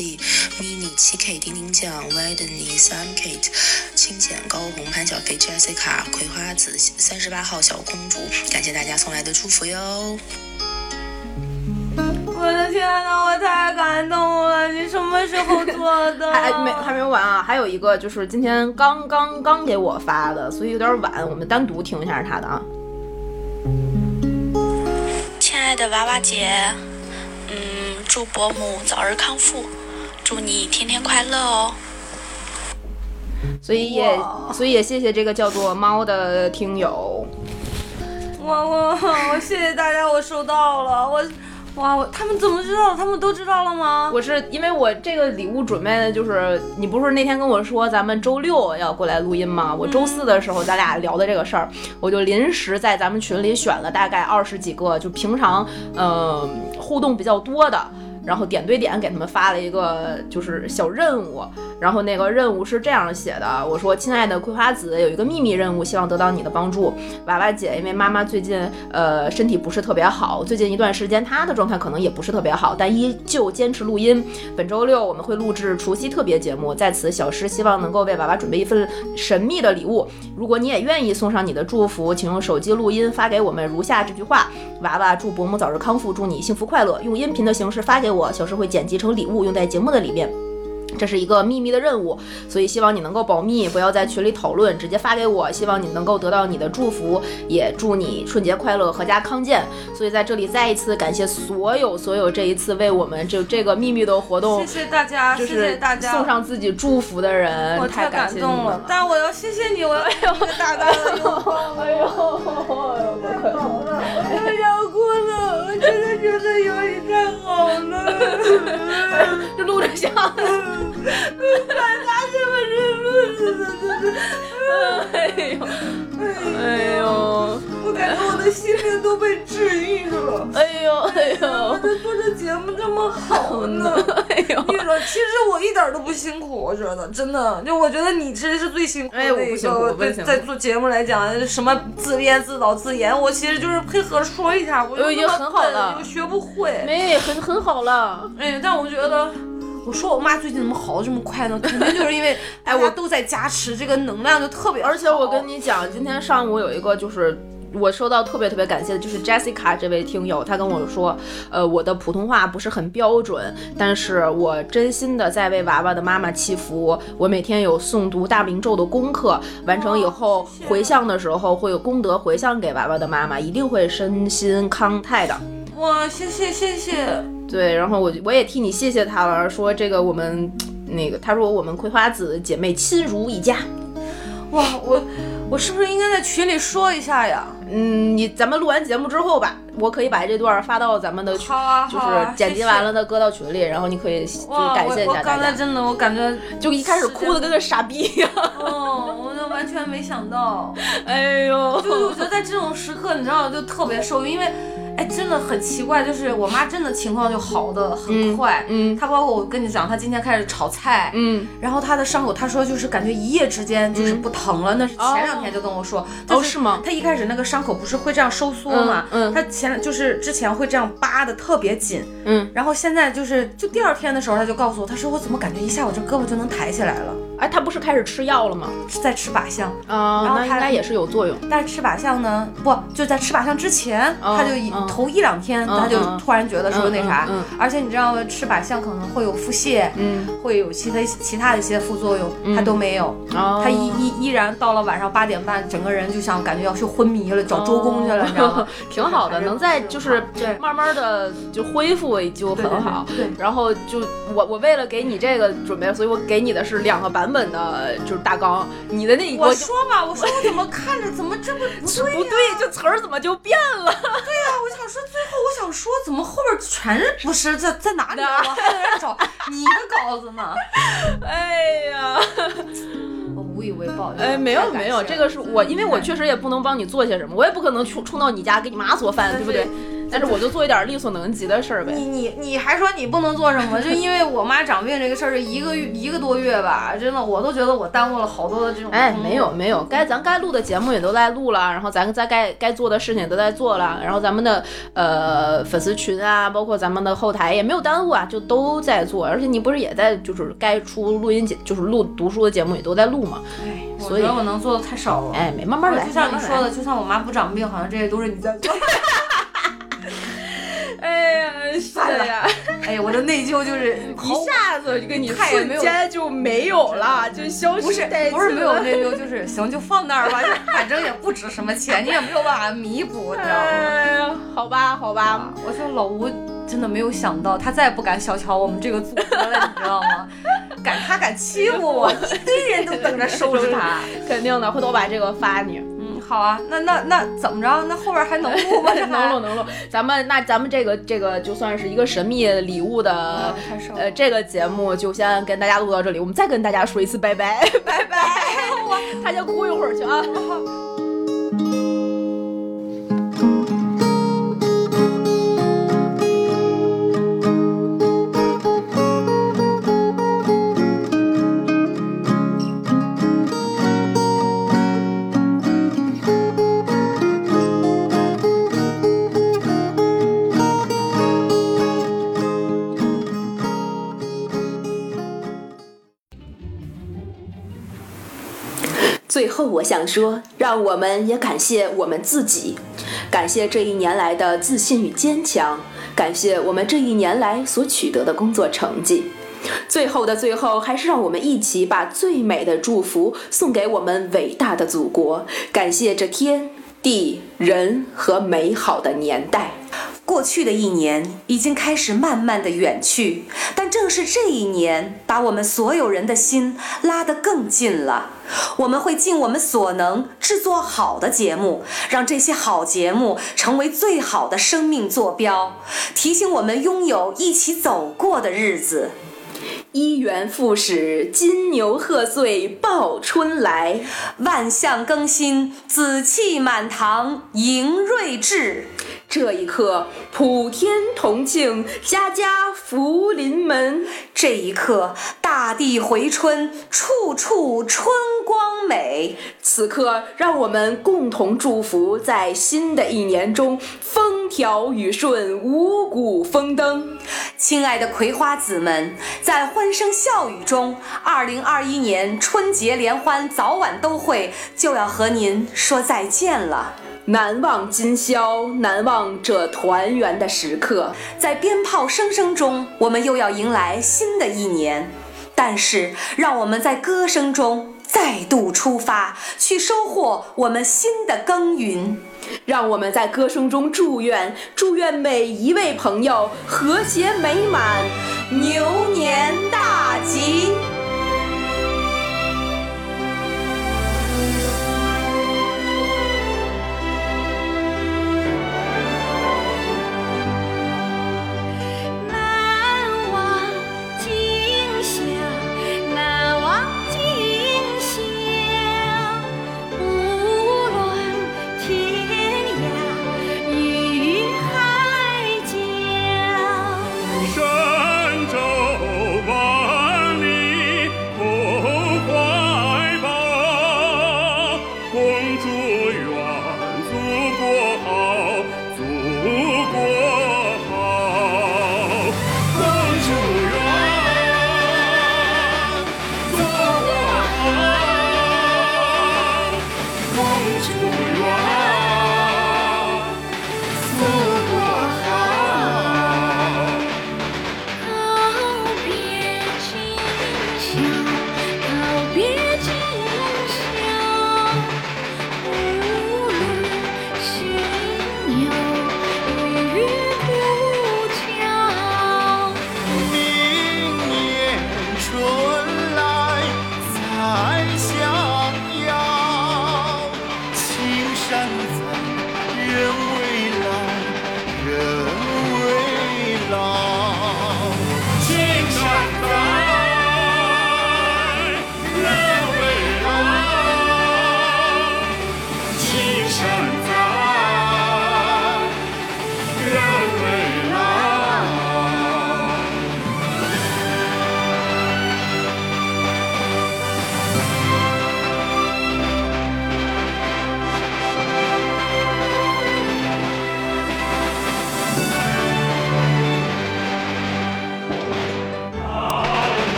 JZ、mini 7K 丁丁酱、Wideny 3K、清浅高红、潘小飞、Jessica、葵花籽、38号小公主，感谢大家送来的祝福哟。 我的天哪，我太感动了！你什么时候做的？ 还没有完啊！还有一个就是今天刚给我发的，所以有点晚，我们单独听一下他的啊。 亲爱的娃娃姐，祝伯母早日康复，祝你天天快乐哦。 所以也谢谢这个叫做猫的听友。 我谢谢大家，我收到了。他们怎么知道？他们都知道了吗？ 我是因为我这个礼物准备的就是你不是那天跟我说咱们周6要过来录音吗？我周4的时候咱俩聊的这个事儿，我就临时在咱们群里选了大概20几个，就平常互动比较多的。 然后点对点给他们发了一个就是小任务，然后那个任务是这样写的，我说亲爱的葵花籽，有一个秘密任务，希望得到你的帮助。娃娃姐因为妈妈最近身体不是特别好，最近一段时间她的状态可能也不是特别好，但依旧坚持录音。本周六我们会录制除夕特别节目，在此小诗希望能够为娃娃准备一份神秘的礼物，如果你也愿意送上你的祝福，请用手机录音发给我们如下这句话：娃娃祝伯母早日康复，祝你幸福快乐，用音频的形式发给我，小诗会剪辑成礼物用在节目的里面。这是一个秘密的任务，所以希望你能够保密，不要在群里讨论，直接发给我，希望你能够得到你的祝福，也祝你春节快乐，阖家康健。所以在这里再一次感谢所有这一次为我们这个秘密的活动， 谢谢大家， 就是谢谢大家送上自己祝福的人， 我太感动了。但是我要谢谢你，我要给你个大大的拥抱。 哎呦，快哭了， 我要哭了，我真的觉得有你太好了。 这录着像。哎呦， 我感觉我的心灵都被治愈了。 哎呦， 我这做这节目这么好呢。 哎呦， 你说，其实我一点都不辛苦，我觉得真的，就我觉得你其实是最辛苦的我不辛苦， 在做节目来讲，什么自编自导自演，我其实就是配合说一下，我已经很好了， 又学不会， 没很好了。 哎，但我觉得。我说我妈最近怎么好这么快呢？肯定就是因为大家都在加持，这个能量就特别好。 而且我跟你讲，今天上午有一个就是我收到特别感谢的，就是 Jessica 这位听友，她跟我说，我的普通话不是很标准，但是我真心的在为娃娃的妈妈祈福。我每天有诵读大明咒的功课，完成以后回向的时候会有功德回向给娃娃的妈妈，一定会身心康泰的。 哇，谢谢。 对，然后我也替你谢谢他了，说这个我们那个，他说我们葵花籽姐妹亲如一家。 哇，我是不是应该在群里说一下呀？ 咱们录完节目之后吧，我可以把这段发到咱们的群，就是剪辑完了的搁到群里，然后你可以就是感谢一下大家。 我刚才真的，我感觉就一开始哭的跟个傻逼一样。 我就完全没想到。 哎呦， 就我觉得在这种时刻，你知道，就特别受用，因为。哎，真的很奇怪，就是我妈真的情况就好的很快。她包括我跟你讲，她今天开始炒菜，然后她的伤口，她说就是感觉一夜之间就是不疼了，那是前2天就跟我说。 是吗？ 她一开始那个伤口不是会这样收缩嘛？她就是之前会这样扒的特别紧，然后现在就第2天的时候，她就告诉我，她说我怎么感觉一下我这胳膊就能抬起来了。 哎，她不是开始吃药了吗？ 是在吃靶向啊，然后那应该也是有作用。 但是吃靶向呢，不就在吃靶向之前，她就头1、2天，他就突然觉得说那啥，而且你知道吗？吃靶向可能会有腹泻，会有其他的一些副作用，他都没有。他依然到了晚上8点半，整个人就像感觉要去昏迷了，找周公去了，你知道吗？ 挺好的，能在就是慢慢的就恢复就很好。 对， 然后就我为了给你这个准备，所以我给你的是2个版本的，就是大纲。你的那我说吧，我怎么看着怎么这么不对，这词儿怎么就变了？ 对呀，我想说最后我想说怎么后边全是不是在哪里啊？我还在那找你的稿子呢。 哎呀， 我无以为报。 哎，没有，这个是我，因为我确实也不能帮你做些什么，我也不可能冲到你家给你妈做饭，对不对？但是我就做一点力所能及的事儿呗。 你还说你不能做什么？就因为我妈长病这个事儿，一个多月吧，真的我都觉得我耽误了好多的这种。 哎，没有，咱该录的节目也都在录了，然后咱该做的事情也都在做了，然后咱们的粉丝群啊，包括咱们的后台也没有耽误啊，就都在做。而且你不是也在就是该出录音就是录读书的节目也都在录嘛？ 哎，所以我能做的太少了。 哎，慢慢来。 就像你说的，就算我妈不长病，好像这些都是你在做。 哎呀，是呀， 哎呀，我的内疚就是一下子就跟你瞬间就没有了，就消失殆尽。 不是没有内疚，就是行就放那儿吧，反正也不值什么钱，你也没有办法弥补，你知道吗？ 哎呀，好吧， 我说老吴真的没有想到，他再也不敢小瞧我们这个组合了，你知道吗？他敢欺负我，一堆人都等着收拾他。 肯定的，回头我把这个发你。 好啊，那怎么着？那后边还能录吗？ 能录。咱们这个就算是一个神秘礼物的，这个节目就先跟大家录到这里，我们再跟大家说一次拜拜，拜拜。他先哭一会儿去啊。 最后我想说，让我们也感谢我们自己，感谢这一年来的自信与坚强，感谢我们这一年来所取得的工作成绩。最后的最后，还是让我们一起把最美的祝福送给我们伟大的祖国，感谢这天地人和美好的年代。 过去的一年已经开始慢慢的远去，但正是这一年把我们所有人的心拉得更近了。我们会尽我们所能制作好的节目，让这些好节目成为最好的生命坐标，提醒我们拥有一起走过的日子。 一元复始，金牛贺岁报春来， 万象更新，紫气满堂迎瑞至。 这一刻，普天同庆，家家福临门。 这一刻，大地回春，处处春光美。 此刻，让我们共同祝福，在新的一年中风调雨顺，五谷丰登。 亲爱的葵花籽们，在欢声笑语中，2021年春节联欢早晚都会就要和您说再见了。 难忘今宵，难忘这团圆的时刻。 在鞭炮声声中，我们又要迎来新的一年。但是，让我们在歌声中再度出发，去收获我们新的耕耘。 让我们在歌声中祝愿每一位朋友和谐美满， 牛年大吉。 有